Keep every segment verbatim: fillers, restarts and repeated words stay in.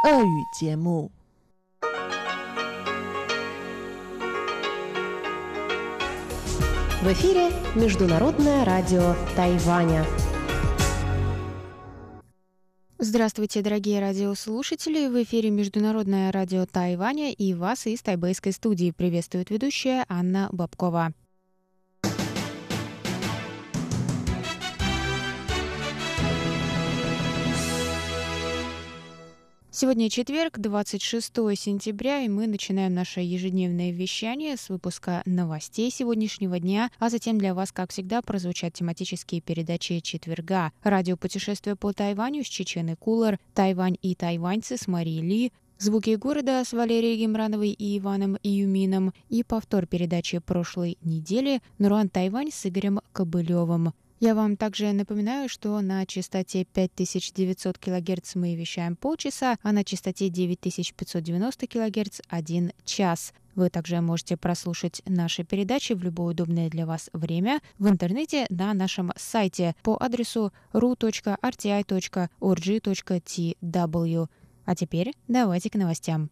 俄语节目。 В эфире Международное радио Тайваня. Здравствуйте, дорогие радиослушатели! В эфире Международное радио Тайваня, и вас из тайбэйской студии приветствует ведущая Анна Бабкова. Сегодня четверг, двадцать шестое сентября, и мы начинаем наше ежедневное вещание с выпуска новостей сегодняшнего дня, а затем для вас, как всегда, прозвучат тематические передачи четверга. Радиопутешествие по Тайваню с Чеченой Кулар, Тайвань и тайваньцы с Марией Ли, Звуки города с Валерией Гемрановой и Иваном Июмином и повтор передачи прошлой недели «Наруан Тайвань» с Игорем Кобылевым. Я вам также напоминаю, что на частоте пять тысяч девятьсот килогерц мы вещаем полчаса, а на частоте девять тысяч пятьсот девяносто килогерц один час. Вы также можете прослушать наши передачи в любое удобное для вас время в интернете на нашем сайте по адресу ru точка эр ти ай точка ор джи точка ти дабл ю. А теперь давайте к новостям.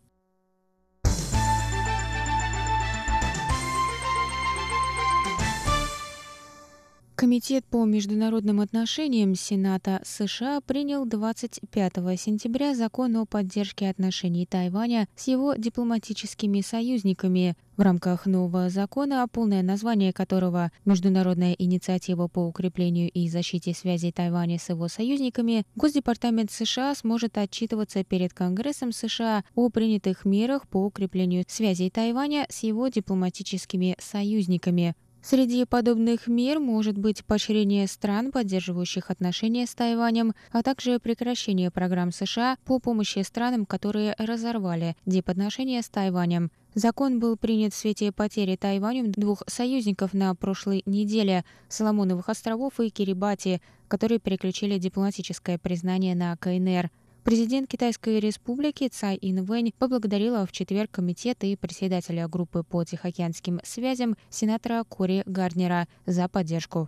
Комитет по международным отношениям Сената США принял двадцать пятого сентября закон о поддержке отношений Тайваня с его дипломатическими союзниками. В рамках нового закона, полное название которого «Международная инициатива по укреплению и защите связей Тайваня с его союзниками», Госдепартамент США сможет отчитываться перед Конгрессом США о принятых мерах по укреплению связей Тайваня с его дипломатическими союзниками. Среди подобных мер может быть поощрение стран, поддерживающих отношения с Тайванем, а также прекращение программ США по помощи странам, которые разорвали дипотношения с Тайванем. Закон был принят в свете потери Тайванем двух союзников на прошлой неделе – Соломоновых островов и Кирибати, которые переключили дипломатическое признание на ка эн эр. Президент Китайской республики Цай Инвэнь поблагодарила в четверг комитет и председателя группы по тихоокеанским связям сенатора Кори Гарднера за поддержку.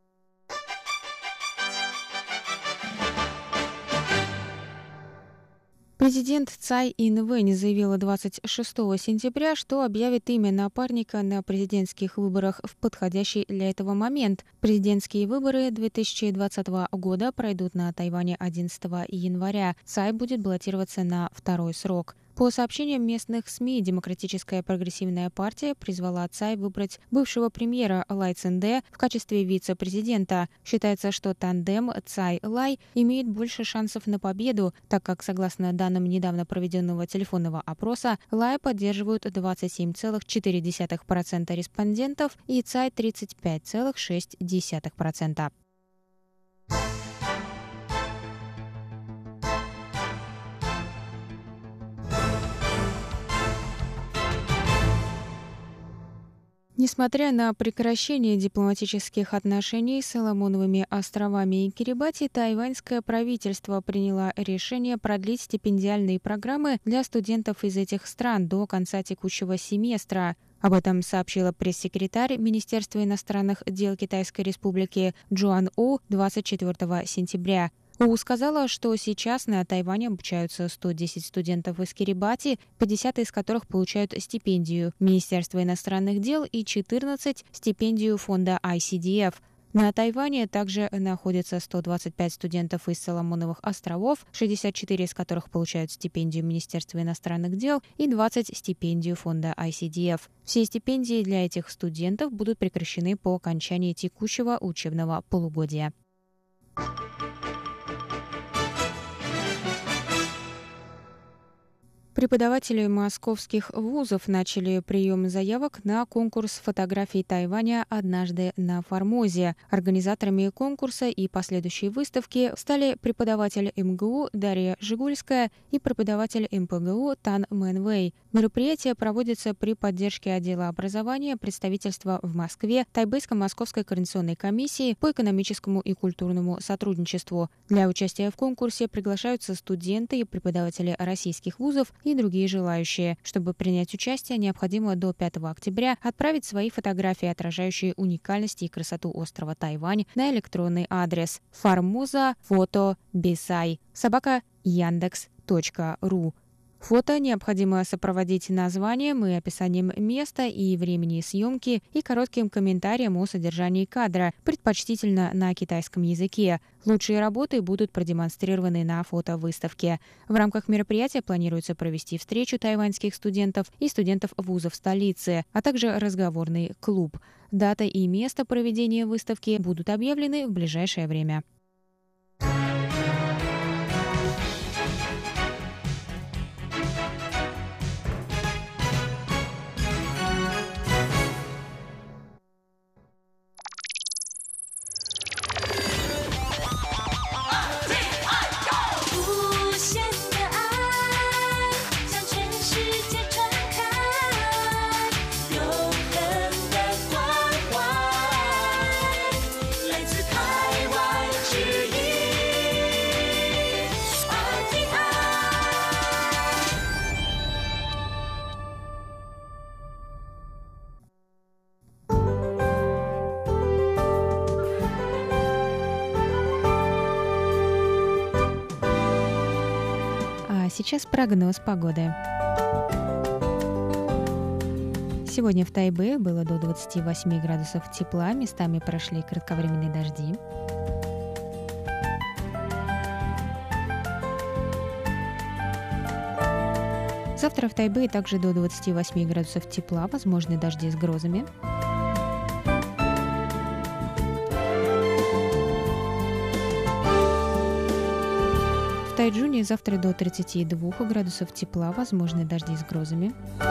Президент Цай Инвэнь заявила двадцать шестого сентября, что объявит имя напарника на президентских выборах в подходящий для этого момент. Президентские выборы две тысячи двадцатого года пройдут на Тайване одиннадцатого января. Цай будет баллотироваться на второй срок. По сообщениям местных СМИ, Демократическая прогрессивная партия призвала Цай выбрать бывшего премьера Лай Цинде в качестве вице-президента. Считается, что тандем Цай-Лай имеет больше шансов на победу, так как, согласно данным недавно проведенного телефонного опроса, Лай поддерживают двадцать семь целых четыре десятых процента респондентов и Цай тридцать пять целых шесть десятых процента. Несмотря на прекращение дипломатических отношений с Соломоновыми островами и Кирибати, тайваньское правительство приняло решение продлить стипендиальные программы для студентов из этих стран до конца текущего семестра. Об этом сообщила пресс-секретарь Министерства иностранных дел Китайской Республики Джоан У двадцать четвёртого сентября. У сказала, что сейчас на Тайване обучаются сто десять студентов из Кирибати, пятьдесят из которых получают стипендию Министерства иностранных дел и четырнадцать – стипендию фонда ай си ди эф. На Тайване также находятся сто двадцать пять студентов из Соломоновых островов, шестьдесят четыре из которых получают стипендию Министерства иностранных дел и двадцать – стипендию фонда ай си ди эф. Все стипендии для этих студентов будут прекращены по окончании текущего учебного полугодия. Преподаватели московских вузов начали прием заявок на конкурс фотографий Тайваня «Однажды на Формозе». Организаторами конкурса и последующей выставки стали преподаватель эм гэ у Дарья Жигульская и преподаватель эм пэ гэ у Тан Мэн Вэй. Мероприятие проводится при поддержке отдела образования представительства в Москве Тайбэйско-Московской координационной комиссии по экономическому и культурному сотрудничеству. Для участия в конкурсе приглашаются студенты и преподаватели российских вузов и другие желающие. Чтобы принять участие, необходимо до пятого октября отправить свои фотографии, отражающие уникальность и красоту острова Тайвань, на электронный адрес формоза фото бисай собака яндекс точка ру. Фото необходимо сопроводить названием и описанием места и времени съемки и коротким комментарием о содержании кадра, предпочтительно на китайском языке. Лучшие работы будут продемонстрированы на фотовыставке. В рамках мероприятия планируется провести встречу тайваньских студентов и студентов вузов столицы, а также разговорный клуб. Дата и место проведения выставки будут объявлены в ближайшее время. Сейчас прогноз погоды. Сегодня в Тайбе было до двадцати восьми градусов тепла, местами прошли кратковременные дожди. Завтра в Тайбе также до двадцати восьми градусов тепла, возможны дожди с грозами. В Тайчжуне завтра до тридцати двух градусов тепла, возможны дожди с грозами.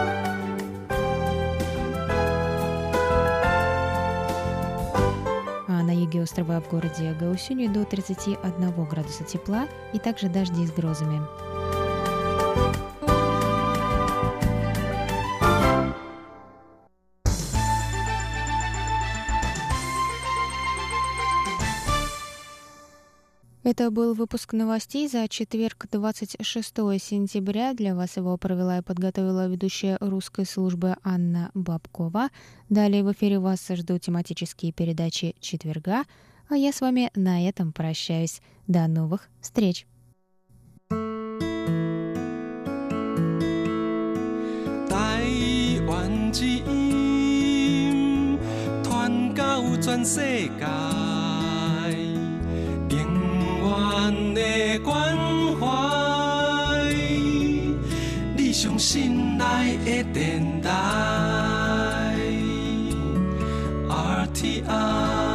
А на юге острова в городе Гаосюне до тридцати одного градуса тепла и также дожди с грозами. Это был выпуск новостей за четверг, двадцать шестого сентября. Для вас его провела и подготовила ведущая русской службы Анна Бабкова. Далее в эфире вас ждут тематические передачи четверга, а я с вами на этом прощаюсь. До новых встреч! Тайвань之音傳到全世界的關懷，你上心愛的電台 R T I。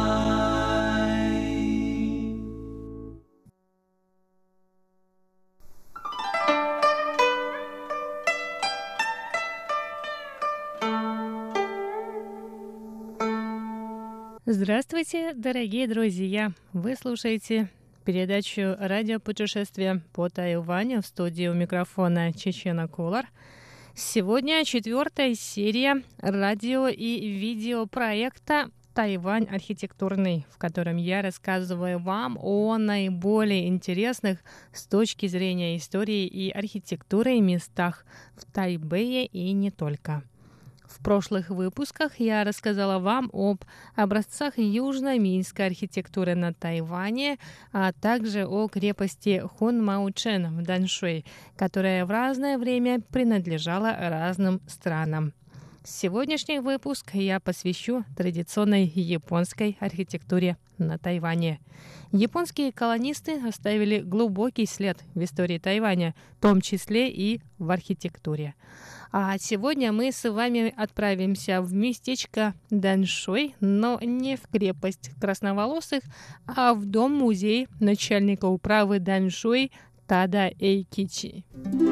Здравствуйте, дорогие друзья! Вы слушаете передачу «Радиопутешествие по Тайваню», в студии у микрофона Чечена Кулар. Сегодня четвертая серия радио- и видеопроекта «Тайвань архитектурный», в котором я рассказываю вам о наиболее интересных с точки зрения истории и архитектуры местах в Тайбэе и не только. В прошлых выпусках я рассказала вам об образцах южно-минской архитектуры на Тайване, а также о крепости Хунмаучэн в Даньшуй, которая в разное время принадлежала разным странам. Сегодняшний выпуск я посвящу традиционной японской архитектуре на Тайване. Японские колонисты оставили глубокий след в истории Тайваня, в том числе и в архитектуре. А сегодня мы с вами отправимся в местечко Даньшуй, но не в крепость красноволосых, а в дом-музей начальника управы Даньшуй Тада Эйкичи.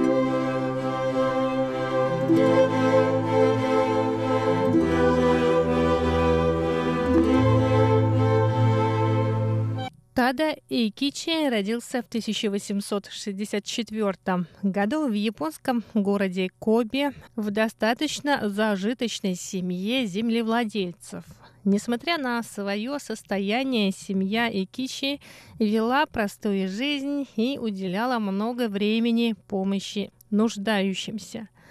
Тада Эйкичи родился в тысяча восемьсот шестьдесят четвёртом году в японском городе Кобе в достаточно зажиточной семье землевладельцев. Несмотря на свое состояние, семья Эйкичи вела простую жизнь и уделяла много времени помощи нуждающимся.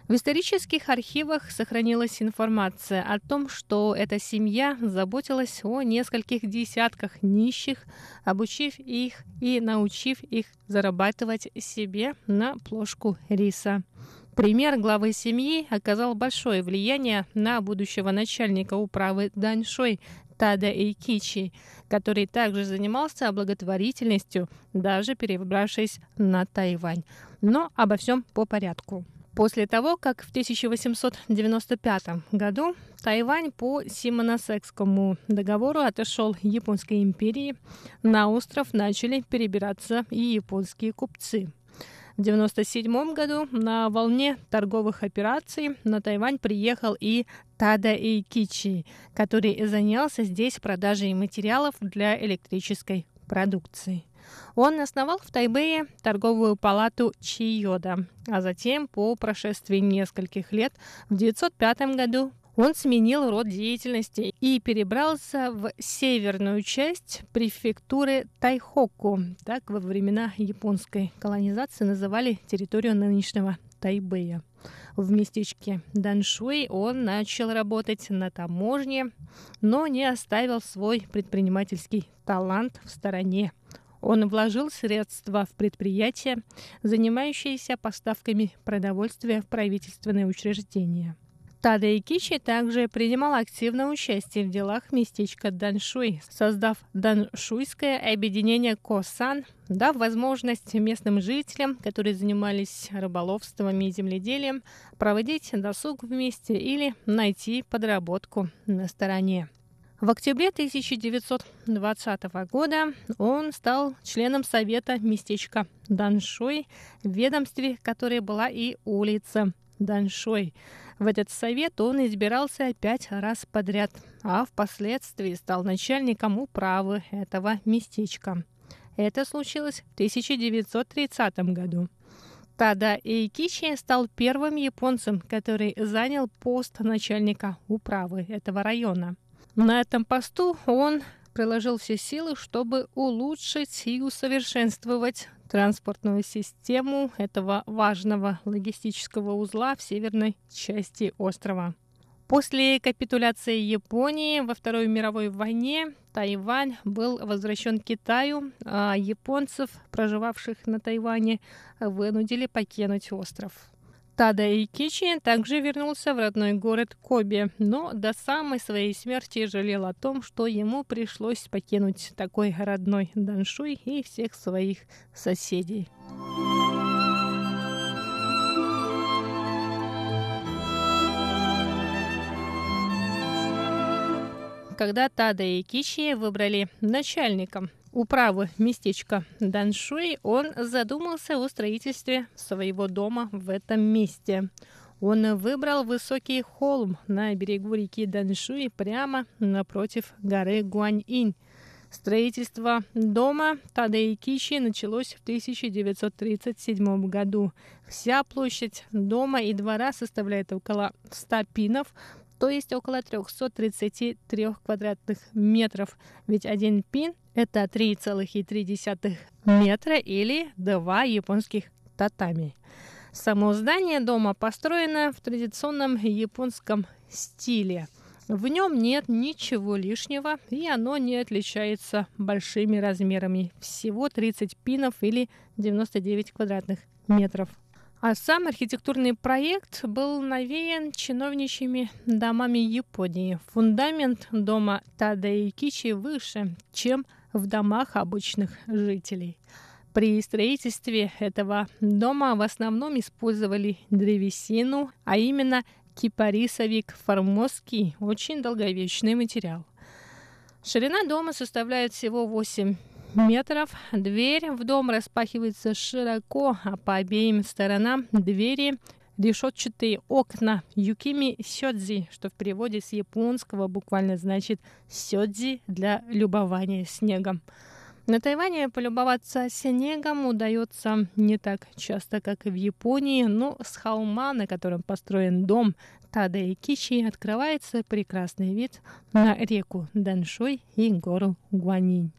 В исторических архивах сохранилась информация о том, что эта семья заботилась о нескольких десятках нищих, обучив их и научив их зарабатывать себе на плошку риса. Пример главы семьи оказал большое влияние на будущего начальника управы Даньшуй Тада Эйкичи, который также занимался благотворительностью, даже перебравшись на Тайвань. Но обо всем по порядку. После того, как в тысяча восемьсот девяносто пятом году Тайвань по Симоносекскому договору отошел Японской империи, на остров начали перебираться и японские купцы. В девяносто седьмом году на волне торговых операций на Тайвань приехал и Тада Эйкичи, который занялся здесь продажей материалов для электрической продукции. Он основал в Тайбэе торговую палату Чийода, а затем, по прошествии нескольких лет, в девятьсот пятом году он сменил род деятельности и перебрался в северную часть префектуры Тайхоку. Так во времена японской колонизации называли территорию нынешнего Тайбэя. В местечке Даньшуй он начал работать на таможне, но не оставил свой предпринимательский талант в стороне. Он вложил средства в предприятия, занимающиеся поставками продовольствия в правительственные учреждения. Тада Эйкичи также принимал активное участие в делах местечка Даньшуй, создав Даньшуйское объединение Косан, дав возможность местным жителям, которые занимались рыболовством и земледелием, проводить досуг вместе или найти подработку на стороне. В октябре тысяча девятьсот двадцатого года он стал членом совета местечка Даньшуй, в ведомстве которой была и улица Даньшуй. В этот совет он избирался пять раз подряд, а впоследствии стал начальником управы этого местечка. Это случилось в тысяча девятьсот тридцатом году. Тада Эйкичи стал первым японцем, который занял пост начальника управы этого района. На этом посту он приложил все силы, чтобы улучшить и усовершенствовать транспортную систему этого важного логистического узла в северной части острова. После капитуляции Японии во Второй мировой войне Тайвань был возвращен Китаю, а японцев, проживавших на Тайване, вынудили покинуть остров. Тада Эйкичи также вернулся в родной город Кобе, но до самой своей смерти жалел о том, что ему пришлось покинуть такой родной Даньшуй и всех своих соседей. Когда Тада Эйкичи выбрали начальником управы местечка Даньшуй, он задумался о строительстве своего дома в этом месте. Он выбрал высокий холм на берегу реки Даньшуй прямо напротив горы Гуаньинь. Строительство дома Тада Эйкичи началось в тысяча девятьсот тридцать седьмом году. Вся площадь дома и двора составляет около ста пинов, то есть около триста тридцать три квадратных метров, ведь один пин – это три целых три десятых метра или два японских татами. Само здание дома построено в традиционном японском стиле. В нем нет ничего лишнего, и оно не отличается большими размерами. Всего тридцать пинов или девяносто девять квадратных метров. А сам архитектурный проект был навеян чиновничьими домами Японии. Фундамент дома Тада Эйкичи выше, чем в домах обычных жителей. При строительстве этого дома в основном использовали древесину, а именно кипарисовик формозский, очень долговечный материал. Ширина дома составляет всего восемь метров. Дверь в дом распахивается широко, а по обеим сторонам двери решетчатые окна юкими сёдзи, что в переводе с японского буквально значит сёдзи для любования снегом. На Тайване полюбоваться снегом удается не так часто, как и в Японии, но с холма, на котором построен дом Тада Эйкичи, открывается прекрасный вид на реку Даньшуй и гору Гуаньинь.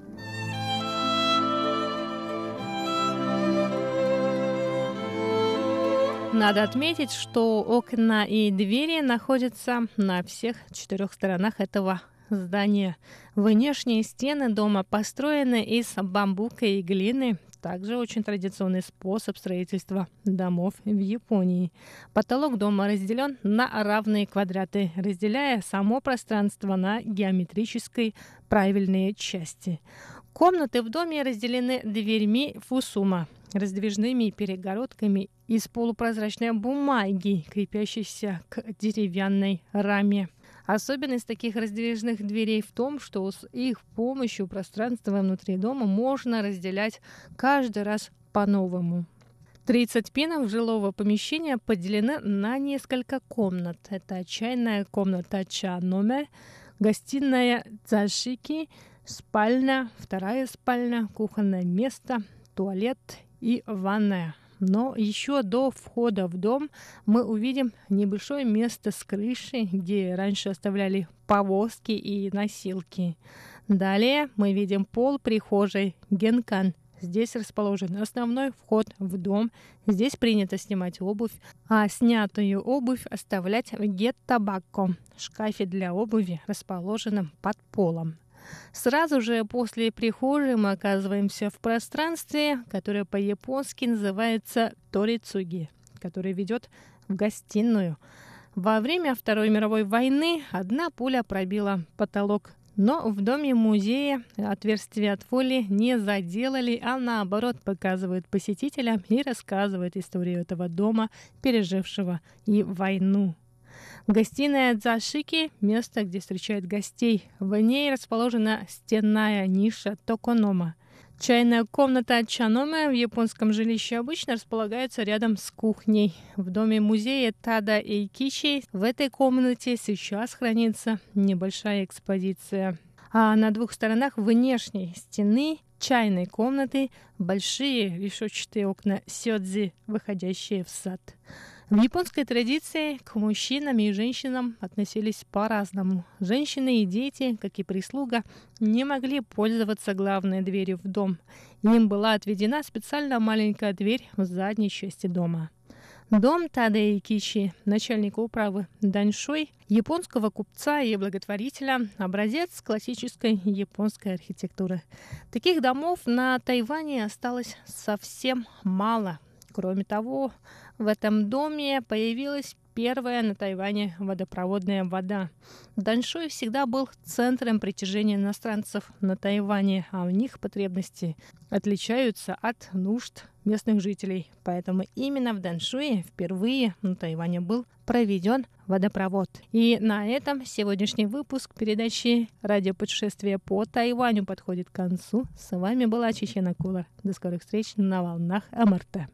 надо отметить, что окна и двери находятся на всех четырех сторонах этого здания. Внешние стены дома построены из бамбука и глины. Также очень традиционный способ строительства домов в Японии. Потолок дома разделен на равные квадраты, разделяя само пространство на геометрические правильные части. Комнаты в доме разделены дверьми фусума, раздвижными перегородками из полупрозрачной бумаги, крепящейся к деревянной раме. Особенность таких раздвижных дверей в том, что с их помощью пространство внутри дома можно разделять каждый раз по-новому. тридцать пинов жилого помещения поделены на несколько комнат. Это чайная комната чаноме, гостиная дзашики, спальня, вторая спальня, кухонное место, туалет и ванная. Но еще до входа в дом мы увидим небольшое место с крышей, где раньше оставляли повозки и носилки. Далее мы видим пол прихожей генкан. Здесь расположен основной вход в дом. Здесь принято снимать обувь, а снятую обувь оставлять в геттабакко, шкафе для обуви, расположенном под полом. Сразу же после прихожей мы оказываемся в пространстве, которое по-японски называется торицуги, которое ведет в гостиную. Во время Второй мировой войны одна пуля пробила потолок, но в доме-музее отверстия от пули не заделали, а наоборот показывают посетителям и рассказывают историю этого дома, пережившего и войну. Гостиная дзашики – место, где встречают гостей. В ней расположена стенная ниша токонома. Чайная комната чаноме в японском жилище обычно располагается рядом с кухней. В доме-музее Тада Эйкичи в этой комнате сейчас хранится небольшая экспозиция. А на двух сторонах внешней стены чайной комнаты большие решетчатые окна сёдзи, выходящие в сад. В японской традиции к мужчинам и женщинам относились по-разному. Женщины и дети, как и прислуга, не могли пользоваться главной дверью в дом. Им была отведена специально маленькая дверь в задней части дома. Дом Тада Эйкичи, начальника управы Даньшой, японского купца и благотворителя, образец классической японской архитектуры. Таких домов на Тайване осталось совсем мало. Кроме того, в этом доме появилась первая на Тайване водопроводная вода. Даньшой всегда был центром притяжения иностранцев на Тайване, а у них потребности отличаются от нужд местных жителей. Поэтому именно в Даньшуе впервые на Тайване был проведен водопровод. И на этом сегодняшний выпуск передачи «Радиопутешествие по Тайваню» подходит к концу. С вами была Чечена Кулар. До скорых встреч на волнах эм эр тэ.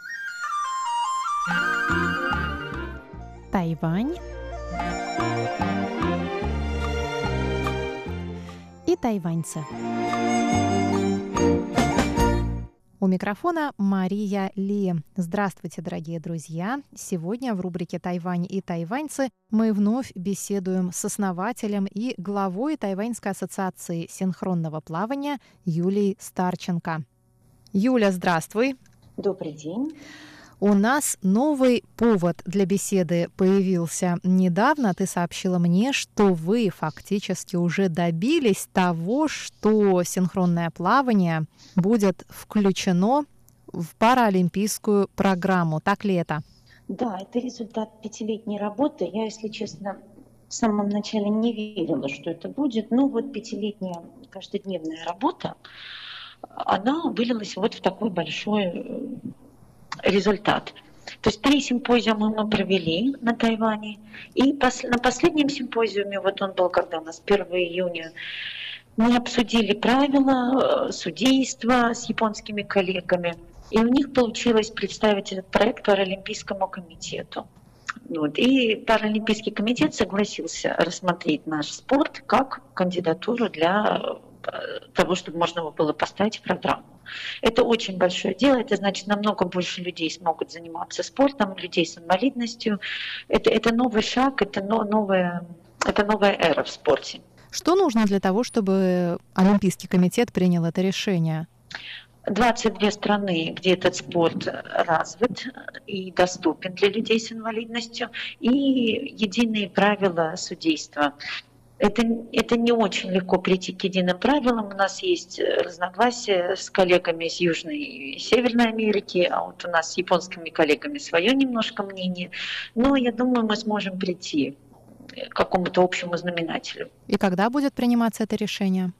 Тайвань и тайваньцы. У микрофона Мария Ли. Здравствуйте, дорогие друзья! Сегодня в рубрике «Тайвань и тайваньцы» мы вновь беседуем с основателем и главой Тайваньской ассоциации синхронного плавания Юлией Старченко. Юля, здравствуй! Добрый день! У нас новый повод для беседы появился недавно. Ты сообщила мне, что вы фактически уже добились того, что синхронное плавание будет включено в паралимпийскую программу. Так ли это? Да, это результат пятилетней работы. Я, если честно, в самом начале не верила, что это будет. Но вот пятилетняя каждодневная работа, она вылилась вот в такой большой результат. То есть три симпозиума мы провели на Тайване. И пос- на последнем симпозиуме, вот он был когда у нас первого июня, мы обсудили правила судейства с японскими коллегами. И у них получилось представить этот проект Паралимпийскому комитету. Вот. И Паралимпийский комитет согласился рассмотреть наш спорт как кандидатуру для того, чтобы можно было поставить в программу. Это очень большое дело, это значит, намного больше людей смогут заниматься спортом, людей с инвалидностью. Это, это новый шаг, это, новая, это новая эра в спорте. Что нужно для того, чтобы Олимпийский комитет принял это решение? двадцать две страны, где этот спорт развит и доступен для людей с инвалидностью, и единые правила судейства. Это, это не очень легко прийти к единым правилам. У нас есть разногласия с коллегами из Южной и Северной Америки, а вот у нас с японскими коллегами свое немножко мнение. Но я думаю, мы сможем прийти к какому-то общему знаменателю. И когда будет приниматься это решение?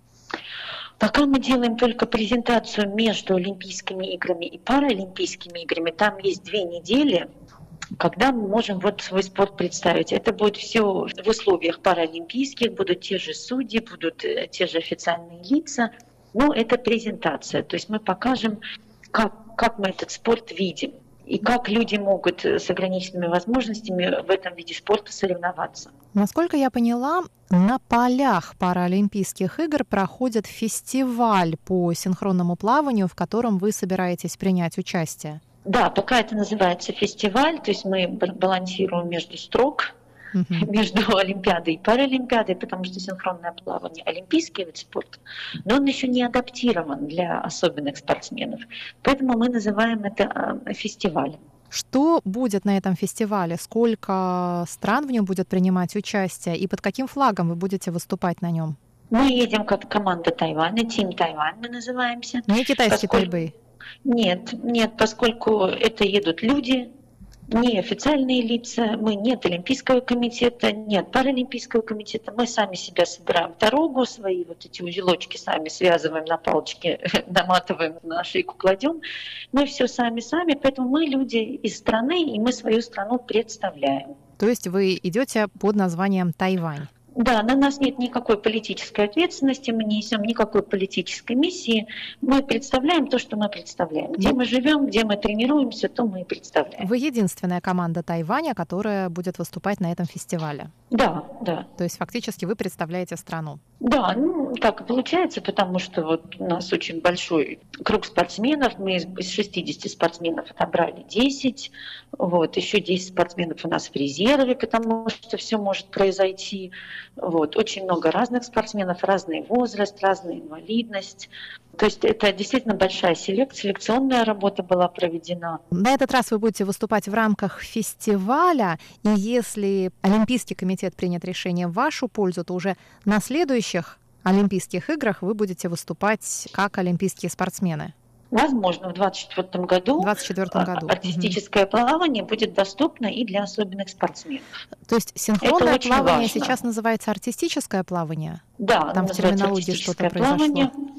Пока мы делаем только презентацию между Олимпийскими играми и Паралимпийскими играми, там есть две недели, когда мы можем вот свой спорт представить. Это будет все в условиях паралимпийских, будут те же судьи, будут те же официальные лица, но это презентация. То есть мы покажем, как, как мы этот спорт видим и как люди могут с ограниченными возможностями в этом виде спорта соревноваться. Насколько я поняла, на полях Паралимпийских игр проходит фестиваль по синхронному плаванию, в котором вы собираетесь принять участие. Да, пока это называется фестиваль, то есть мы балансируем между строк, uh-huh. между Олимпиадой и Паралимпиадой, потому что синхронное плавание — олимпийский вид спорта, но он еще не адаптирован для особенных спортсменов. Поэтому мы называем это фестивалем. Что будет на этом фестивале? Сколько стран в нем будет принимать участие? И под каким флагом вы будете выступать на нем? Мы едем как команда Тайваня, Team Тайвань мы называемся. Не китайский поскольку... Тайбэй? Нет, нет, поскольку это едут люди, не официальные лица, мы нет Олимпийского комитета, нет Паралимпийского комитета, мы сами себя собираем в дорогу, свои вот эти узелочки сами связываем на палочке, наматываем, на шейку кладем, мы все сами-сами, поэтому мы люди из страны, и мы свою страну представляем. То есть вы идете под названием Тайвань? Да, на нас нет никакой политической ответственности, мы не несем никакой политической миссии. Мы представляем то, что мы представляем. Где ну, мы живем, где мы тренируемся, то мы и представляем. Вы единственная команда Тайваня, которая будет выступать на этом фестивале? Да, да. То есть фактически вы представляете страну? Да, ну так и получается, потому что вот у нас очень большой круг спортсменов. Мы из шестидесяти спортсменов отобрали десять. Вот, еще десять спортсменов у нас в резерве, потому что все может произойти. Вот, очень много разных спортсменов, разный возраст, разная инвалидность. То есть это действительно большая селекция, селекционная работа была проведена. На этот раз вы будете выступать в рамках фестиваля, и если Олимпийский комитет принят решение в вашу пользу, то уже на следующих Олимпийских играх вы будете выступать как олимпийские спортсмены. Возможно, в двадцать четвёртом году, двадцать четвёртом году артистическое угу. плавание будет доступно и для особенных спортсменов. То есть синхронное плавание важно. Сейчас называется артистическое плавание? Да, там в терминологии что-то плавание. произошло.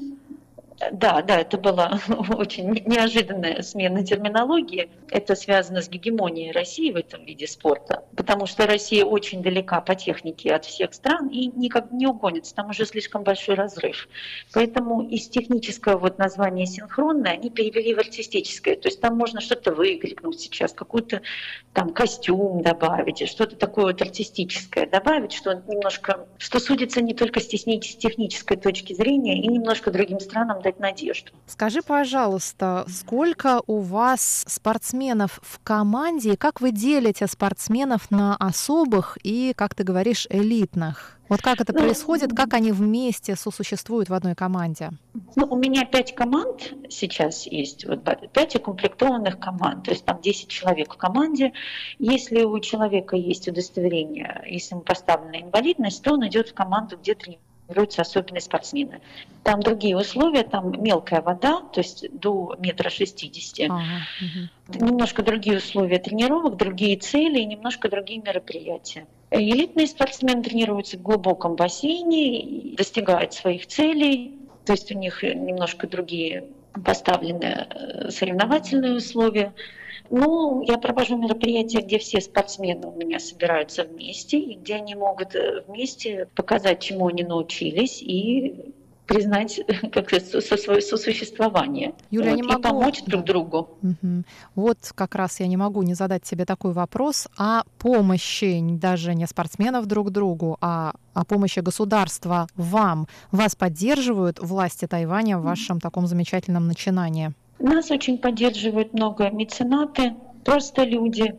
Да, да, это была очень неожиданная смена терминологии. Это связано с гегемонией России в этом виде спорта, потому что Россия очень далека по технике от всех стран и никак не угонится, там уже слишком большой разрыв. Поэтому из технического вот названия синхронное они перевели в артистическое, то есть там можно что-то выкрикнуть сейчас, какой-то там костюм добавить, что-то такое вот артистическое добавить, что немножко, что судится не только с технической точки зрения и немножко другим странам дать надежду. Скажи, пожалуйста, сколько у вас спортсменов в команде, и как вы делите спортсменов на особых и, как ты говоришь, элитных? Вот как это ну, происходит, как они вместе сосуществуют в одной команде? Ну, у меня пять команд сейчас есть, вот, пять укомплектованных команд, то есть там десять человек в команде. Если у человека есть удостоверение, если ему поставлена инвалидность, то он идет в команду, где тренируется. Особенные спортсмены. Там другие условия, там мелкая вода, то есть до метра шестидесяти. Ага, угу. Немножко другие условия тренировок, другие цели и немножко другие мероприятия. Элитные спортсмены тренируются в глубоком бассейне, достигают своих целей, то есть у них немножко другие поставлены соревновательные условия. Ну, я провожу мероприятия, где все спортсмены у меня собираются вместе, и где они могут вместе показать, чему они научились, и признать как со свое сосуществование. Юля, вот, не и могу... помочь друг да. другу. Угу. Вот как раз я не могу не задать тебе такой вопрос о помощи даже не спортсменов друг другу, а о помощи государства вам. Вас поддерживают власти Тайваня в вашем таком замечательном начинании? Нас очень поддерживают много меценаты, просто люди.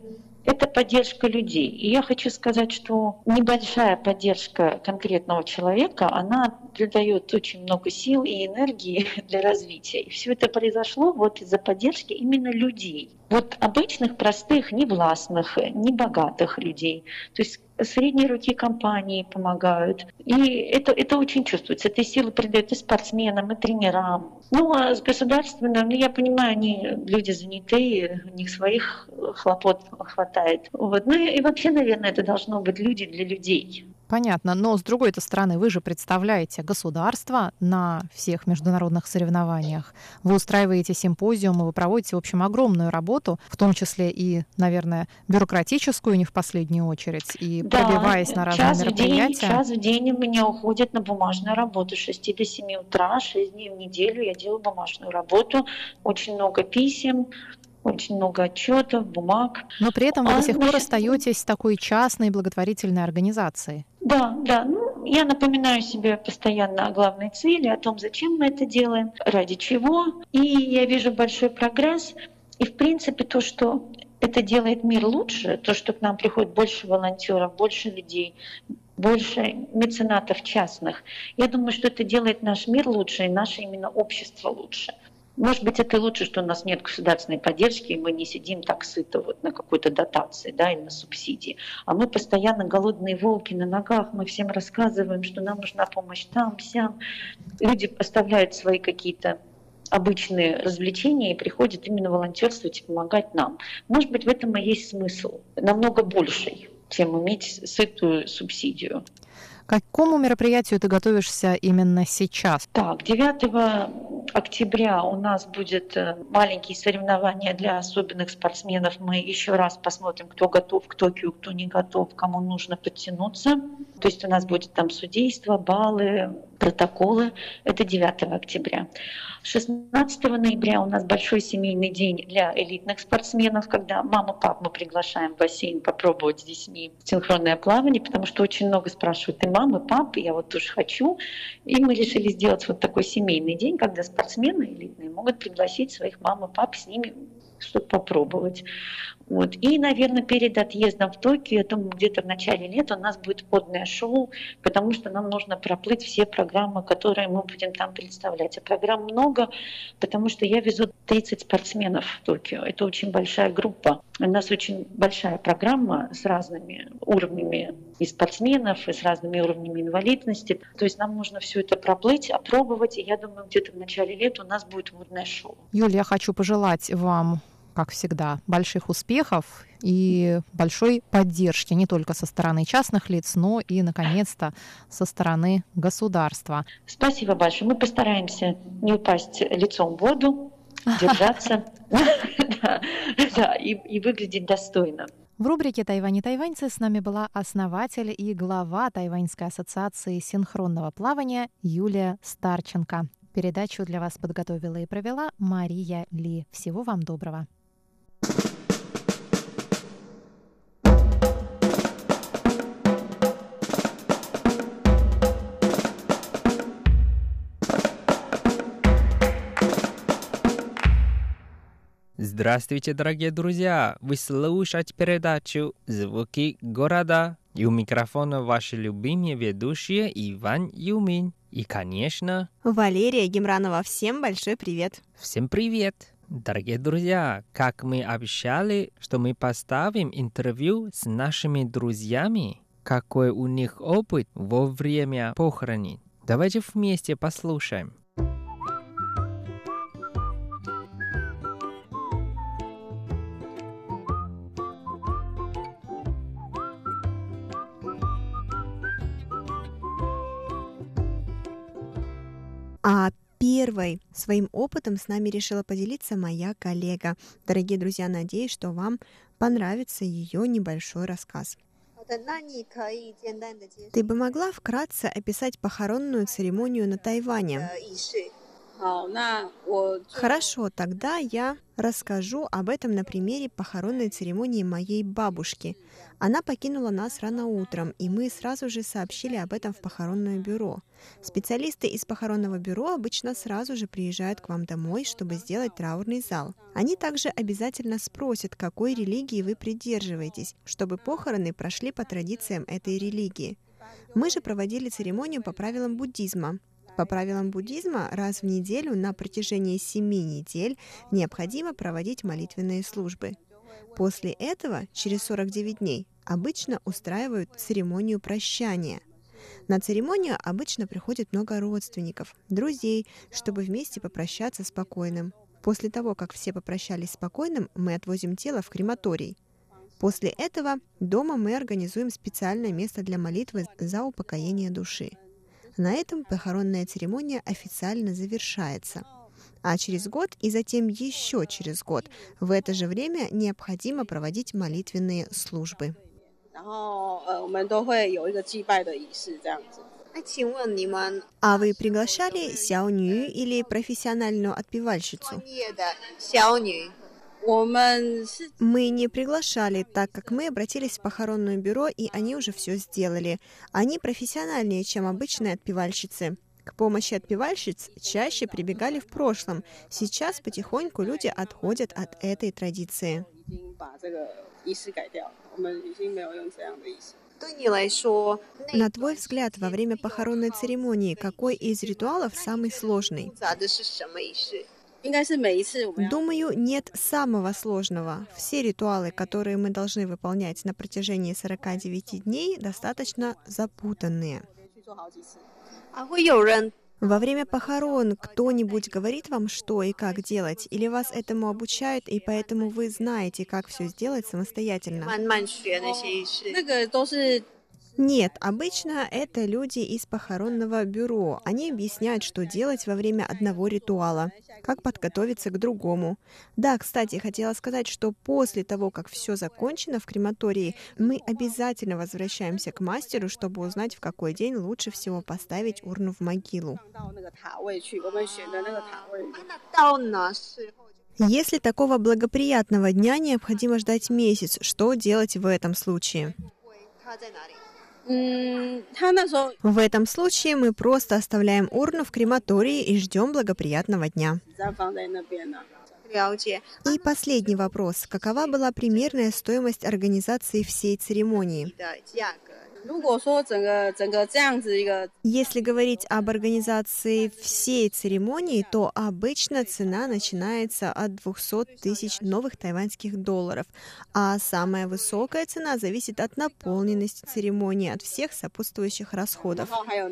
это поддержка людей. И я хочу сказать, что небольшая поддержка конкретного человека, она придает очень много сил и энергии для развития. И все это произошло вот из-за поддержки именно людей. Вот обычных, простых, невластных, небогатых людей. То есть средней руки компании помогают. И это, это очень чувствуется. Эта сила придает и спортсменам, и тренерам. Ну, а с государственным, ну, я понимаю, они люди занятые, у них своих хлопот хватает. Вот. Ну и, и вообще, наверное, это должно быть люди для людей. Понятно, но с другой стороны, вы же представляете государство на всех международных соревнованиях. Вы устраиваете симпозиумы, вы проводите, в общем, огромную работу, в том числе и, наверное, бюрократическую, не в последнюю очередь, и да, пробиваясь на разные час мероприятия. В день, час в день у меня уходит на бумажную работу. С шести до семи утра, шесть дней в неделю я делаю бумажную работу. Очень много писем, очень много отчетов, бумаг. Но при этом вы а, до сих значит, пор остаетесь такой частной благотворительной организацией. Да, да. Ну, я напоминаю себе постоянно о главной цели, о том, зачем мы это делаем, ради чего. И я вижу большой прогресс. И, в принципе, то, что это делает мир лучше, то, что к нам приходит больше волонтеров, больше людей, больше меценатов частных, я думаю, что это делает наш мир лучше и наше именно общество лучше. Может быть, это лучше, что у нас нет государственной поддержки, и мы не сидим так сыто вот на какой-то дотации, да, или на субсидии. А мы постоянно голодные волки на ногах, мы всем рассказываем, что нам нужна помощь там, сям. Люди оставляют свои какие-то обычные развлечения и приходят именно волонтерствовать и помогать нам. Может быть, в этом и есть смысл, намного больший, чем иметь сытую субсидию. К какому мероприятию ты готовишься именно сейчас? Так, девятого октября у нас будет маленькие соревнования для особенных спортсменов. Мы еще раз посмотрим, кто готов к Токио, кто не готов, кому нужно подтянуться. То есть у нас будет там судейство, баллы, протоколы. Это девятого октября. шестнадцатого ноября у нас большой семейный день для элитных спортсменов, когда маму, папу мы приглашаем в бассейн попробовать с детьми синхронное плавание, потому что очень много спрашивают и мамы, и папы, я вот тоже хочу. И мы решили сделать вот такой семейный день, когда спортсмены элитные могут пригласить своих мам и пап с ними, чтобы попробовать. Вот. И, наверное, перед отъездом в Токио, я думаю, где-то в начале лета у нас будет модное шоу, потому что нам нужно проплыть все программы, которые мы будем там представлять. А программ много, потому что я везу тридцать спортсменов в Токио. Это очень большая группа. У нас очень большая программа с разными уровнями и спортсменов, и с разными уровнями инвалидности. То есть нам нужно все это проплыть, опробовать. И я думаю, где-то в начале лета у нас будет модное шоу. Юлия, я хочу пожелать вам, как всегда, больших успехов и большой поддержки не только со стороны частных лиц, но и, наконец-то, со стороны государства. Спасибо большое. Мы постараемся не упасть лицом в воду, держаться и выглядеть достойно. В рубрике «Тайвань и тайваньцы» с нами была основатель и глава Тайваньской ассоциации синхронного плавания Юлия Старченко. Передачу для вас подготовила и провела Мария Ли. Всего вам доброго. Здравствуйте, дорогие друзья! Вы слушаете передачу «Звуки города». И у микрофона ваши любимые ведущие Иван Юмин. И, конечно, Валерия Гемранова. Всем большой привет! Всем привет! Дорогие друзья, как мы обещали, что мы поставим интервью с нашими друзьями, какой у них опыт во время похороны. Давайте вместе послушаем. А первой своим опытом с нами решила поделиться моя коллега. Дорогие друзья, надеюсь, что вам понравится ее небольшой рассказ. Ты бы могла вкратце описать похоронную церемонию на Тайване? Хорошо, тогда я расскажу об этом на примере похоронной церемонии моей бабушки. Она покинула нас рано утром, и мы сразу же сообщили об этом в похоронное бюро. Специалисты из похоронного бюро обычно сразу же приезжают к вам домой, чтобы сделать траурный зал. Они также обязательно спросят, какой религии вы придерживаетесь, чтобы похороны прошли по традициям этой религии. Мы же проводили церемонию по правилам буддизма. По правилам буддизма раз в неделю на протяжении семи недель необходимо проводить молитвенные службы. После этого, через сорок девять дней, обычно устраивают церемонию прощания. На церемонию обычно приходит много родственников, друзей, чтобы вместе попрощаться с покойным. После того, как все попрощались с покойным, мы отвозим тело в крематорий. После этого дома мы организуем специальное место для молитвы за упокоение души. На этом похоронная церемония официально завершается. А через год и затем еще через год в это же время необходимо проводить молитвенные службы. А вы приглашали сяоню или профессиональную отпевальщицу? Мы не приглашали, так как мы обратились в похоронное бюро, и они уже все сделали. Они профессиональнее, чем обычные отпевальщицы. К помощи отпевальщиц чаще прибегали в прошлом. Сейчас потихоньку люди отходят от этой традиции. На твой взгляд, во время похоронной церемонии, какой из ритуалов самый сложный? Думаю, нет самого сложного. Все ритуалы, которые мы должны выполнять на протяжении сорока девяти дней, достаточно запутанные. Во время похорон кто-нибудь говорит вам, что и как делать, или вас этому обучают, и поэтому вы знаете, как все сделать самостоятельно? Нет, обычно это люди из похоронного бюро. Они объясняют, что делать во время одного ритуала, как подготовиться к другому. Да, кстати, хотела сказать, что после того, как все закончено в крематории, мы обязательно возвращаемся к мастеру, чтобы узнать, в какой день лучше всего поставить урну в могилу. Если такого благоприятного дня необходимо ждать месяц, что делать в этом случае? В этом случае мы просто оставляем урну в крематории и ждем благоприятного дня. И последний вопрос. Какова была примерная стоимость организации всей церемонии? Если говорить об организации всей церемонии, то обычно цена начинается от двухсот тысяч новых тайваньских долларов, а самая высокая цена зависит от наполненности церемонии, от всех сопутствующих расходов.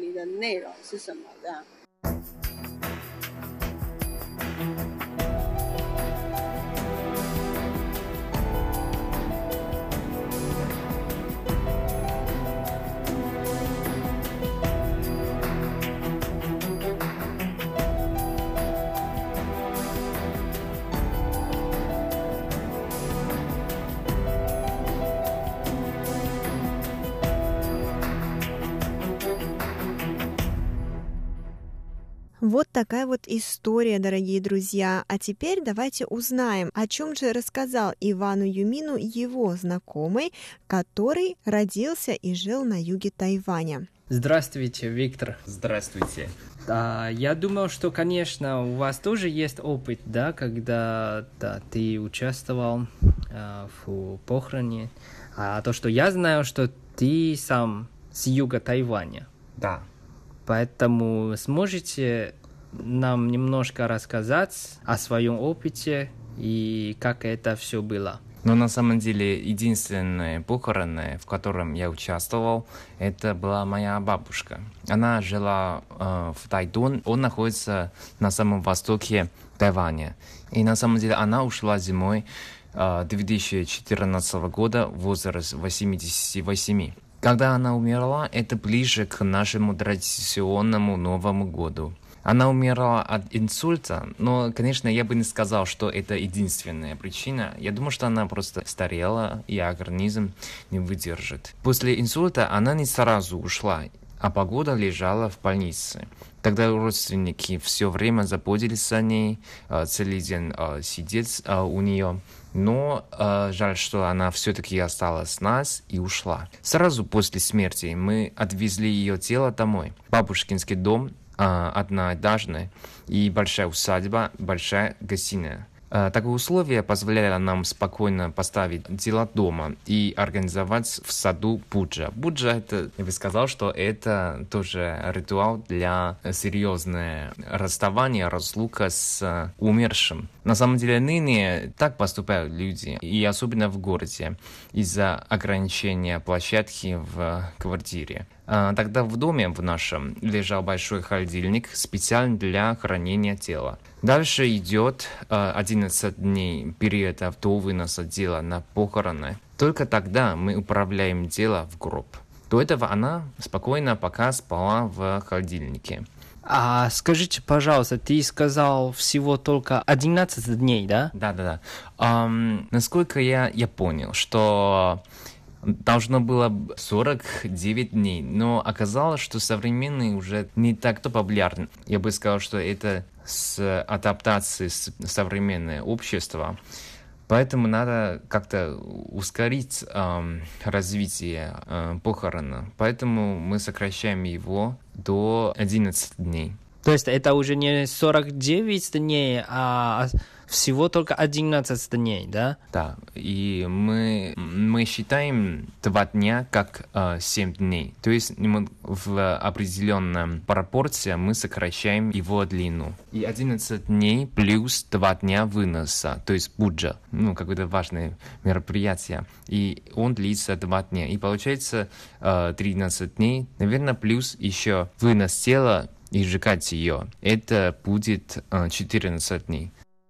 Вот такая вот история, дорогие друзья. А теперь давайте узнаем, о чем же рассказал Ивану Юмину его знакомый, который родился и жил на юге Тайваня. Здравствуйте, Виктор. Здравствуйте. Да, я думал, что, конечно, у вас тоже есть опыт, да, когда да, ты участвовал э, в похороне. А то, что я знаю, что ты сам с юга Тайваня. Да. Поэтому сможете нам немножко рассказать о своем опыте и как это все было? Но на самом деле единственное похороны, в котором я участвовал, это была моя бабушка. Она жила э, в Тайдун, он находится на самом востоке Тайваня. И на самом деле она ушла зимой э, две тысячи четырнадцатого года в возраст восемьдесят восемь. Когда она умерла, это ближе к нашему традиционному Новому году. Она умерла от инсульта, но, конечно, я бы не сказал, что это единственная причина. Я думаю, что она просто старела, и организм не выдержит. После инсульта она не сразу ушла. а погода лежала в больнице. Тогда родственники все время заботились о ней, целый день сидеть у нее. Но э, жаль, что она все-таки осталась с нас и ушла. Сразу после смерти мы отвезли ее тело домой. Бабушкинский дом э, одноэтажный и большая усадьба, большая гостиная. Э, такое условие позволяло нам спокойно поставить дела дома и организовать в саду буджа. Буджа, это, я бы сказал, что это тоже ритуал для серьезного расставания, разлука с умершим. На самом деле ныне так поступают люди, и особенно в городе, из-за ограничения площадки в квартире. Тогда в доме в нашем лежал большой холодильник специально для хранения тела. Дальше идет одиннадцать дней периода до выноса тела на похороны. Только тогда мы управляем тело в гроб. До этого она спокойно пока спала в холодильнике. А скажите, пожалуйста, ты сказал всего только одиннадцать дней, да? Да-да-да. Um, насколько я, я понял, что должно было сорок девять дней, но оказалось, что современные уже не так-то популярны. Я бы сказал, что это с адаптацией с современное общество. Поэтому надо как-то ускорить э, развитие э, похорона. Поэтому мы сокращаем его до одиннадцати дней. То есть это уже не сорок девять дней, а всего только одиннадцать дней, да? Да, и мы, мы считаем два дня как э, семь дней. То есть в определенной пропорции мы сокращаем его длину. И одиннадцать дней плюс два дня выноса, то есть буджа, ну, какое-то важное мероприятие. И он длится два дня. И получается э, тринадцать дней, наверное, плюс еще вынос тела и сжигать ее. Это будет э, четырнадцать дней.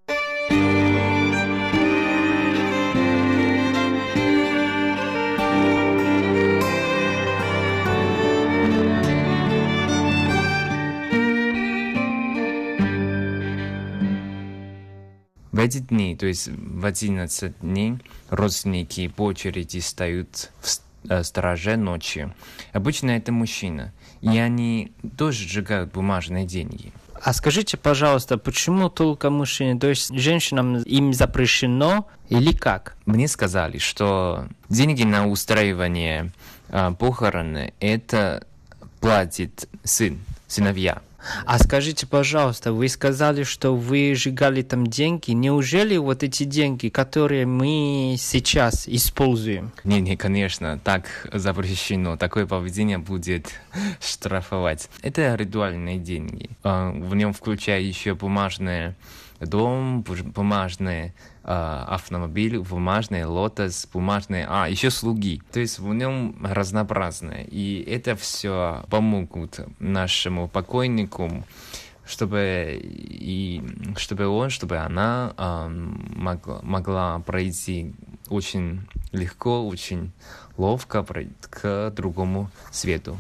В эти дни, то есть в одиннадцать дней, родственники по очереди стоят в стороже ночи. Обычно это мужчина, и они тоже сжигают бумажные деньги. А скажите, пожалуйста, почему только мужчины? То есть женщинам им запрещено или как? Мне сказали, что деньги на устраивание э, похороны это платит сын, сыновья. А скажите, пожалуйста, вы сказали, что вы сжигали там деньги. Неужели вот эти деньги, которые мы сейчас используем? Не, не, конечно, так запрещено. Такое поведение будет штрафовать. Это ритуальные деньги. В нем включая еще бумажные дом, бумажные э, автомобиль, бумажные лотос, бумажные, а, еще слуги. То есть в нем разнообразное. И это все помогут нашему покойнику, чтобы, и, чтобы он, чтобы она э, могла, могла пройти очень легко, очень ловко к другому свету.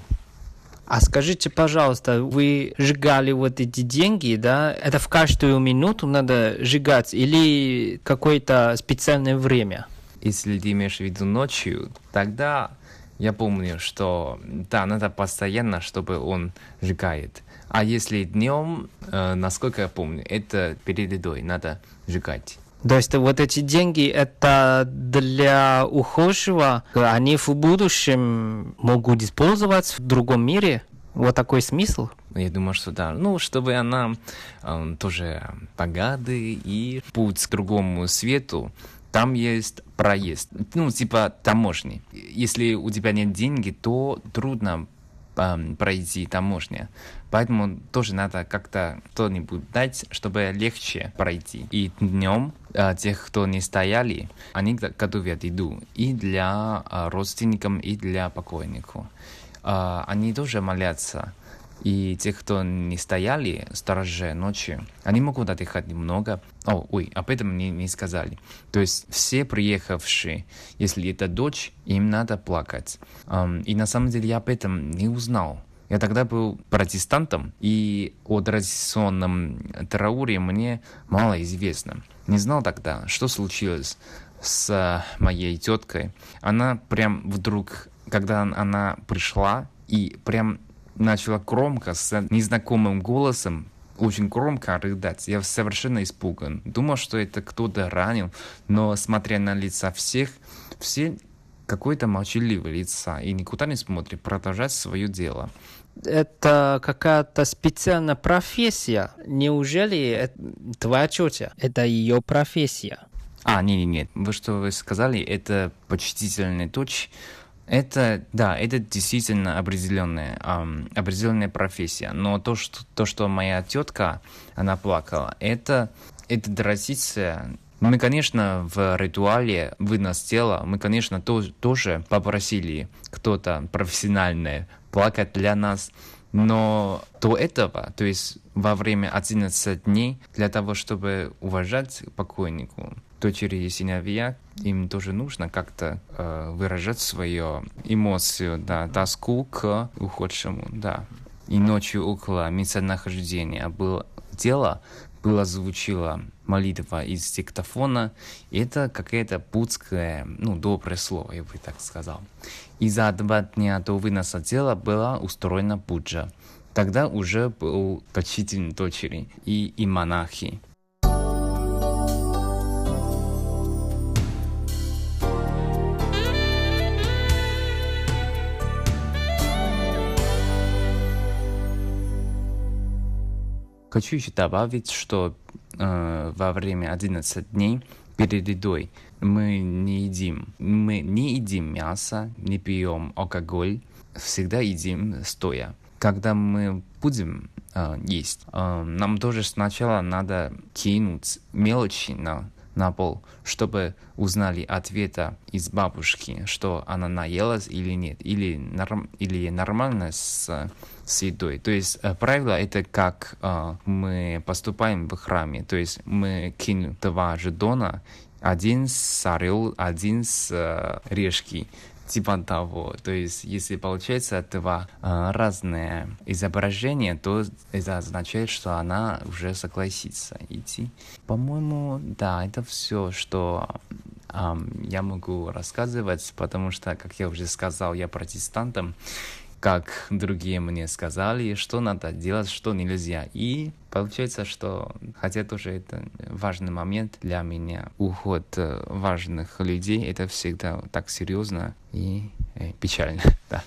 А скажите, пожалуйста, вы сжигали вот эти деньги, да? Это в каждую минуту надо сжигать или какое-то специальное время? Если ты имеешь в виду ночью, тогда я помню, что да, надо постоянно, чтобы он сжигает. А если днем, э, насколько я помню, это перед едой надо сжигать. То есть вот эти деньги, это для ухожего, они в будущем могут использоваться в другом мире? Вот такой смысл? Я думаю, что да. Ну, чтобы она э, тоже богатый и путь к другому свету, там есть проезд. Ну, типа таможни. Если у тебя нет денег, то трудно э, пройти таможню. Поэтому тоже надо как-то что-нибудь дать, чтобы легче пройти. И днем э, тех, кто не стояли, они готовят еду и для э, родственников, и для покойников. Э, они тоже молятся. И те, кто не стояли, стороже ночью, они могут отдыхать немного. О, ой, об этом мне не сказали. То есть все приехавшие, если это дочь, им надо плакать. Um, и на самом деле я об этом не узнал. Я тогда был протестантом, и о традиционном трауре мне мало известно. Не знал тогда, что случилось с моей теткой. Она прям вдруг, когда она пришла, и прям начала громко, с незнакомым голосом, очень громко рыдать. Я совершенно испуган. Думал, что это кто-то ранил, но смотря на лица всех, все какое-то молчаливое лица и никуда не смотрят, продолжать свое дело. Это какая-то специальная профессия. Неужели это твоя тетя? Это ее профессия? А, нет, нет, вы что вы сказали, это почтительная дочь. Это, да, это действительно определенная, эм, определенная профессия. Но то что, то, что моя тетка, она плакала, это, это традиция. Мы, конечно, в ритуале вынос тела, мы, конечно, то, тоже попросили кто-то профессиональный плакать для нас. Но до этого, то есть во время одиннадцати дней, для того, чтобы уважать покойнику, дочери и сыновья, им тоже нужно как-то э, выражать свою эмоцию, да, тоску к ухудшему, да. И ночью около местонахождения было дело, было звучала молитва из диктофона, и это какое-то путское, ну, доброе слово, я бы так сказал. И за два дня до выноса тела была устроена пуджа. Тогда уже был почтительный дочери и, и монахи. Хочу еще добавить, что э, во время одиннадцати дней перед едой мы не едим, мы не едим мясо, не пьем алкоголь, всегда едим стоя. Когда мы будем э, есть, э, нам тоже сначала надо кинуть мелочи на, на пол, чтобы узнали ответа из бабушки, что она наелась или нет, или, норм, или нормально с... с едой. То есть правило это как э, мы поступаем в храме. То есть мы кинем два жетона, один с орел, один с э, решки. Типа того. То есть если получается два э, разные изображения, то это означает, что она уже согласится идти. По-моему, да, это все, что э, я могу рассказывать, потому что, как я уже сказал, я протестантом. Как другие мне сказали, что надо делать, что нельзя. И получается, что, хотя тоже это важный момент для меня, уход важных людей, это всегда так серьезно и э, печально, да.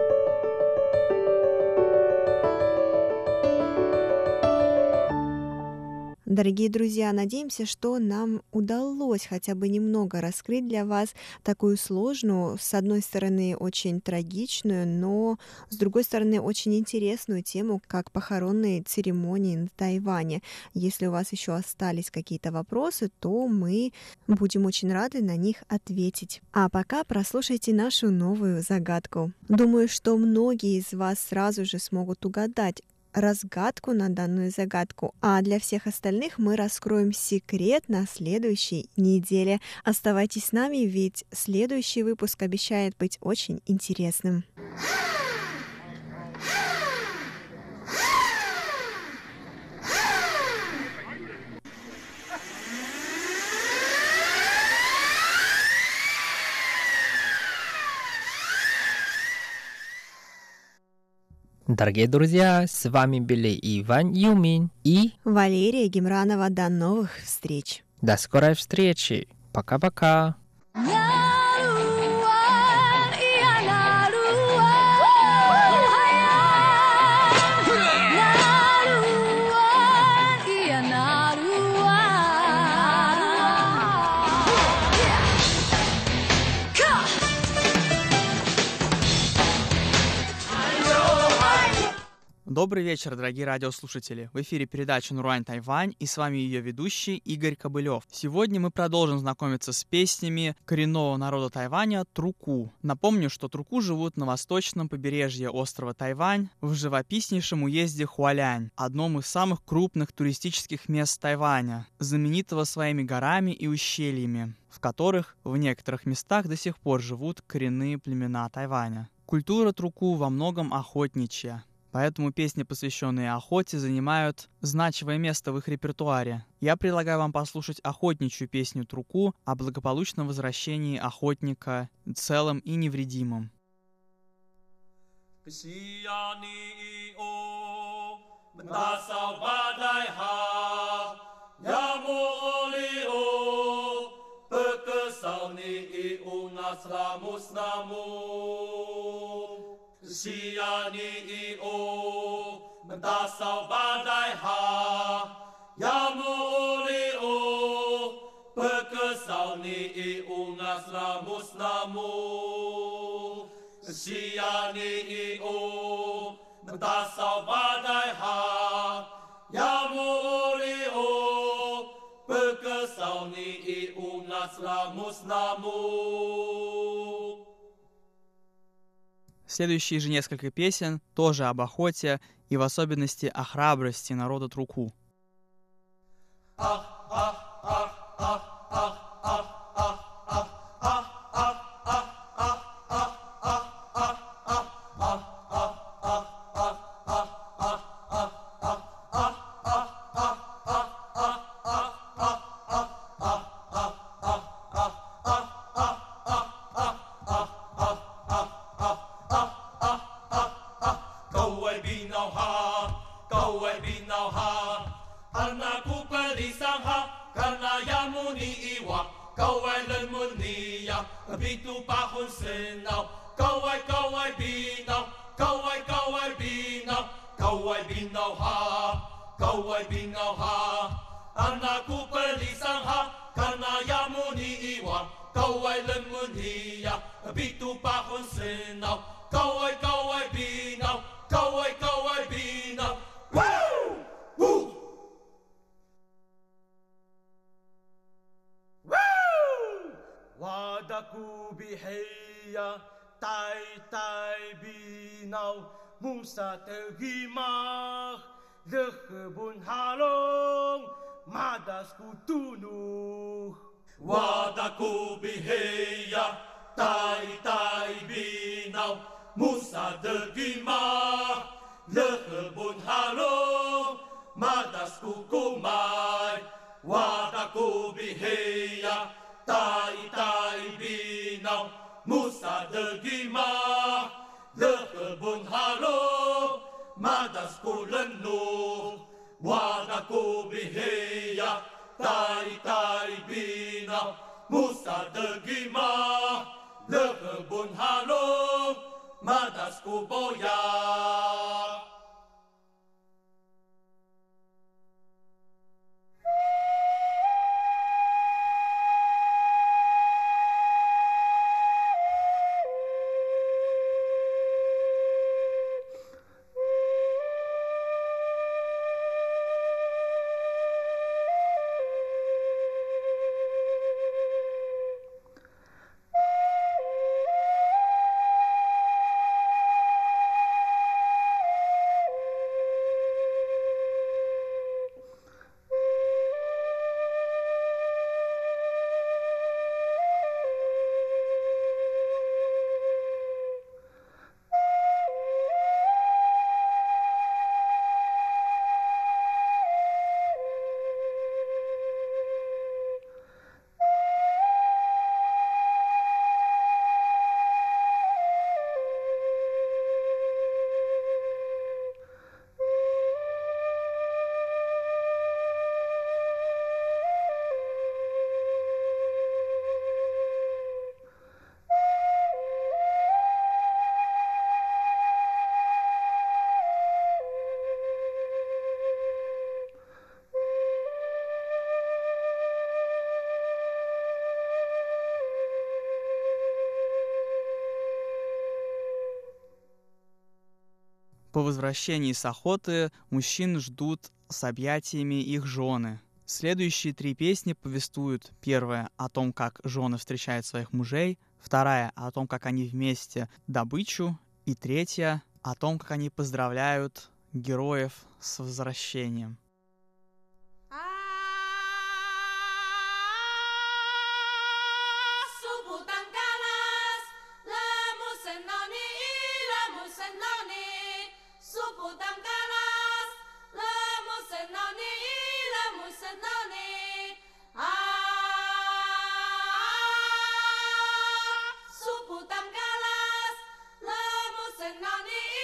Дорогие друзья, надеемся, что нам удалось хотя бы немного раскрыть для вас такую сложную, с одной стороны, очень трагичную, но, с другой стороны, очень интересную тему, как похоронные церемонии на Тайване. Если у вас еще остались какие-то вопросы, то мы будем очень рады на них ответить. А пока прослушайте нашу новую загадку. Думаю, что многие из вас сразу же смогут угадать разгадку на данную загадку, а для всех остальных мы раскроем секрет на следующей неделе. Оставайтесь с нами, ведь следующий выпуск обещает быть очень интересным. Дорогие друзья, с вами были Иван Юмин и Валерия Гемранова. До новых встреч. До скорой встречи. Пока-пока. Добрый вечер, дорогие радиослушатели. В эфире передача «Нурань Тайвань» и с вами ее ведущий Игорь Кобылев. Сегодня мы продолжим знакомиться с песнями коренного народа Тайваня Труку. Напомню, что Труку живут на восточном побережье острова Тайвань в живописнейшем уезде Хуалянь, одном из самых крупных туристических мест Тайваня, знаменитого своими горами и ущельями, в которых в некоторых местах до сих пор живут коренные племена Тайваня. Культура Труку во многом охотничья. Поэтому песни, посвященные охоте, занимают значимое место в их репертуаре. Я предлагаю вам послушать охотничью песню Труку о благополучном возвращении охотника целым и невредимым. Kesiani o mentasau badai ha yamu oli o pekesau ni ungas lamus namu Kesiani o mentasau badai ha yamu oli o pekesau ni ungas lamus namu Siani o mentasau badai ha Yamuli o pekesau ni ungas lamus namu. Следующие же несколько песен тоже об охоте и в особенности о храбрости народа Труку. Ах, ах, ах, ах, ах, ах, ах, ах, ах. Bitu pahun senau, kawai kawai binau, kawai kawai binau, kawai binau ha, kawai binau ha. Anakku pelisang ha, karena yamuni iwa, kawai lemun hiya. Bitu pahun senau, kawai kawai binau, kawai kawai binau. Woo! Woo! Wadaku biheya tai tai binau musa tergimah de kebun halong madas kutunuh Wadaku biheya tai tai binau musa tergimah de kebun halong madas kukumai Wadaku biheya Tai tai binau musa degimah le kebun halo madas ku lenuh wadaku biheya tai tai binau musa degimah le kebun halo madas ku boyak По возвращении с охоты мужчин ждут с объятиями их жены. Следующие три песни повествуют: первая о том, как жены встречают своих мужей, вторая о том, как они вместе добычу, и третья о том, как они поздравляют героев с возвращением. Nani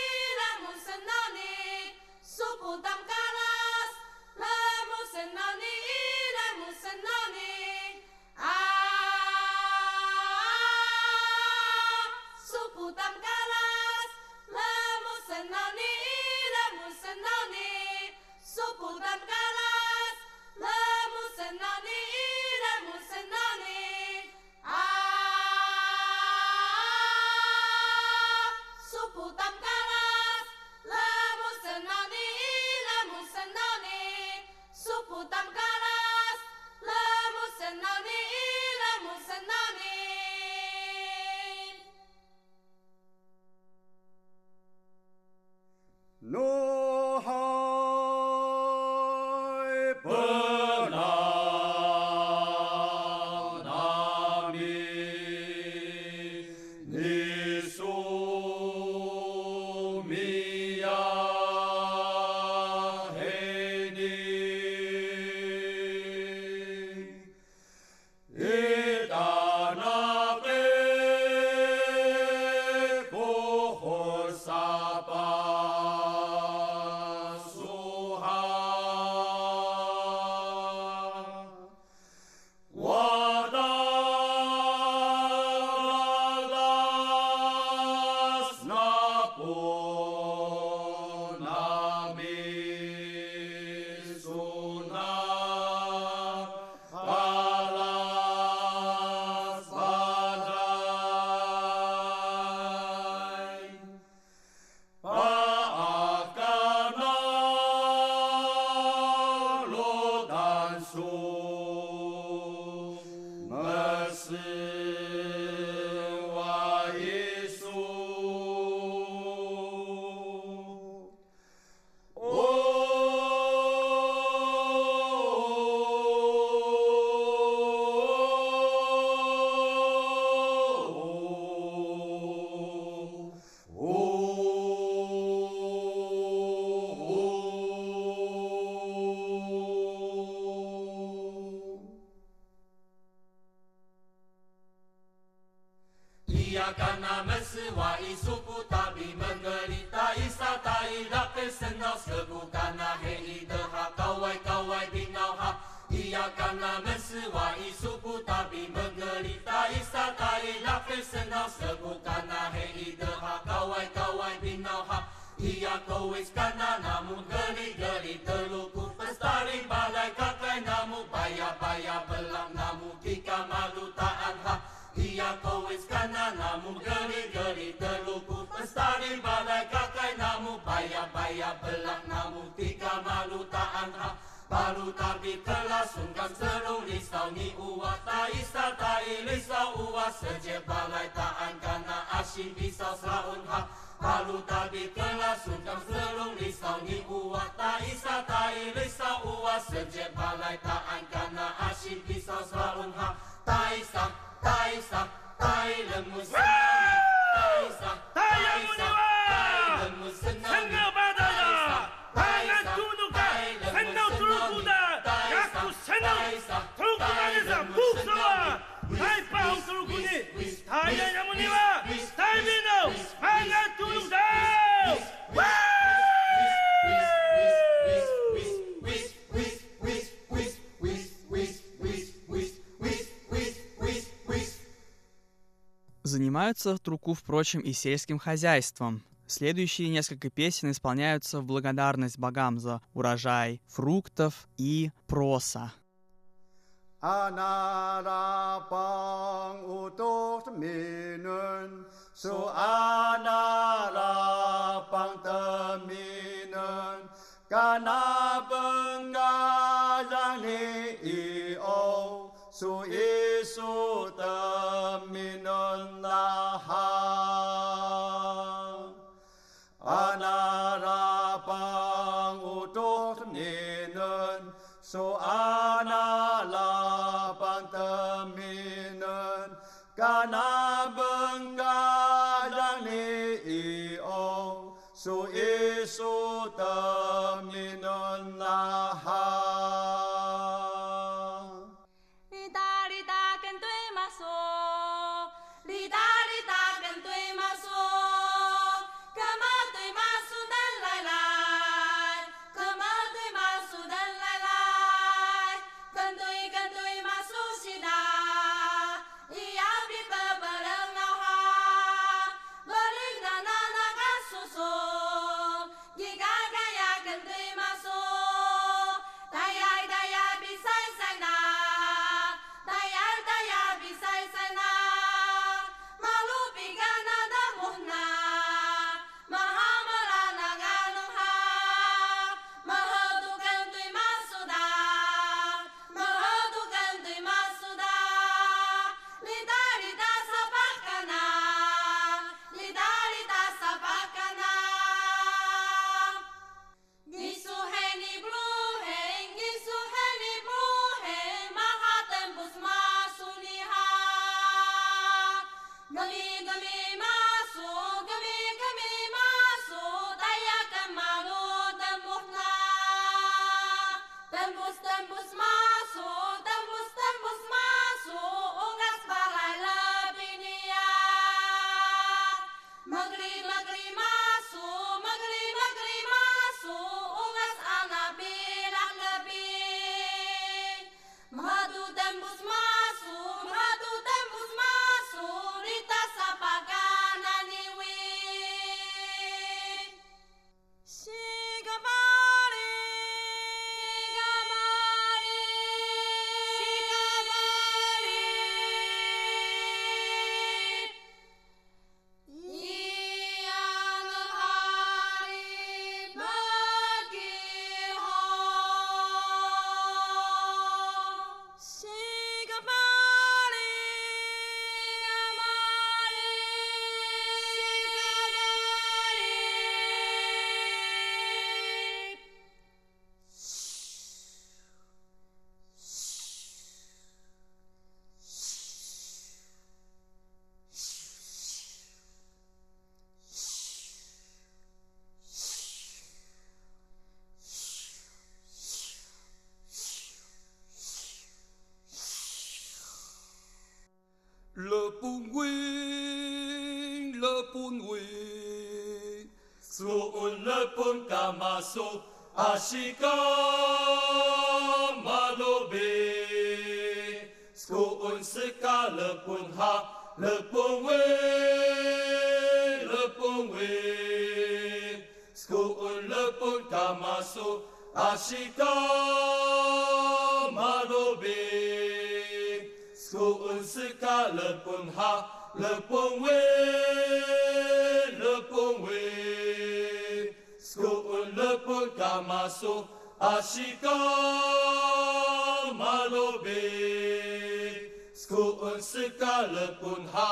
Занимаются Труку, впрочем, и сельским хозяйством. Следующие несколько песен исполняются в благодарность богам за урожай фруктов и проса. Anarapang utos minun su anarapang teminun kana bengalang ni io su isu teminun laha anarapang utos minun su analapang teminun kana bengalang ni io su isu teminun laha Lita lita kan tui maso Lita lita kan tui maso Kama tui maso dan lai lai Kama tui maso dan lai lai Kan tui kan tui maso sida Ia bita barang naha Balik na na na ka suso Giga kaya kan tui maso Le bun wing, le bun wing, suun le bun kamaso, ashika malobe, suun seka le bun ha, le bun wing, le bun wing, suun le bun kamaso, ashika malobe. Suun seka le pun ha, le pun we, le pun we. Suun le pun kamaso, ashika malobe. Suun seka le pun ha.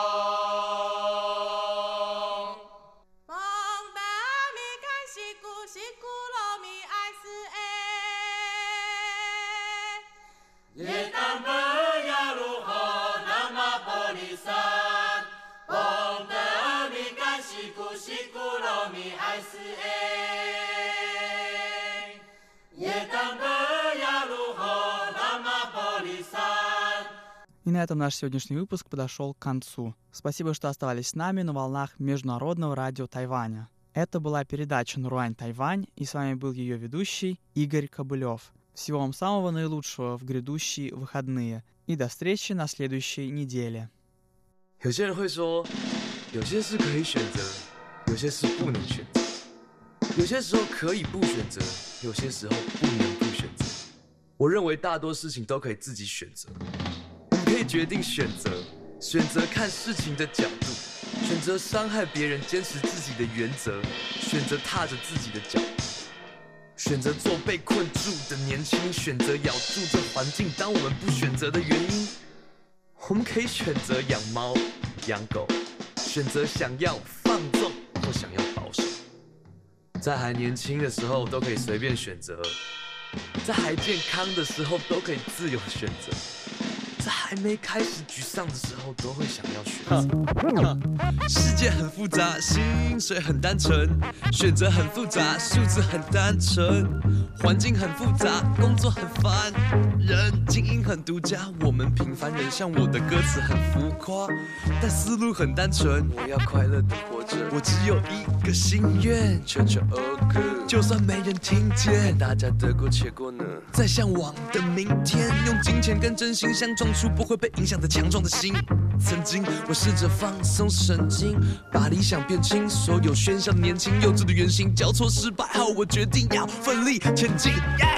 И на этом наш сегодняшний выпуск подошел к концу. Спасибо, что оставались с нами на волнах Международного радио Тайваня. Это была передача «Наруань Тайвань», и с вами был ее ведущий Игорь Кобылев. Всего вам самого наилучшего в грядущие выходные. И до встречи на следующей неделе. 有些人会说，有些事可以选择，有些事不能选择，有些时候可以不选择，有些时候不能不选择。我认为大多事情都可以自己选择，我们可以决定选择，选择看事情的角度，选择伤害别人，坚持自己的原则，选择踏着自己的脚步，选择做被困住的年轻，选择咬住这环境当我们不选择的原因。我们可以选择养猫、养狗，选择想要放纵或想要保守。在还年轻的时候都可以随便选择，在还健康的时候都可以自由选择，在还没开始沮丧的时候都会想要选择。世界很复杂，薪水很单纯，选择很复杂，数字很单纯，环境很复杂，工作很烦人，精英很独家，我们平凡人。像我的歌词很浮夸，但思路很单纯，我要快乐的活着，我只有一个心愿，全球讹歌，就算没人听见，大家得过且过呢。在向往的明天，用金钱跟真心相撞出不会被影响的强壮的心。曾经我试着放松神经，把理想变轻，所有喧嚣的年轻，幼稚的原型，交错失败后，我决定要奋力前进。Yeah!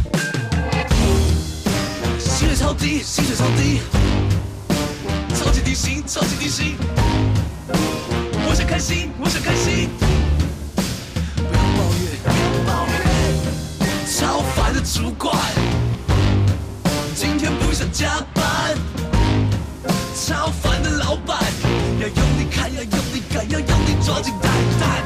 薪水超低，薪水超低，超级低薪，超级低薪。我想开心，我想开心，不要抱怨，不要抱怨。超烦的主管，今天不想加班。超烦的老板，要用力看，要用力赶，要用力抓紧带带。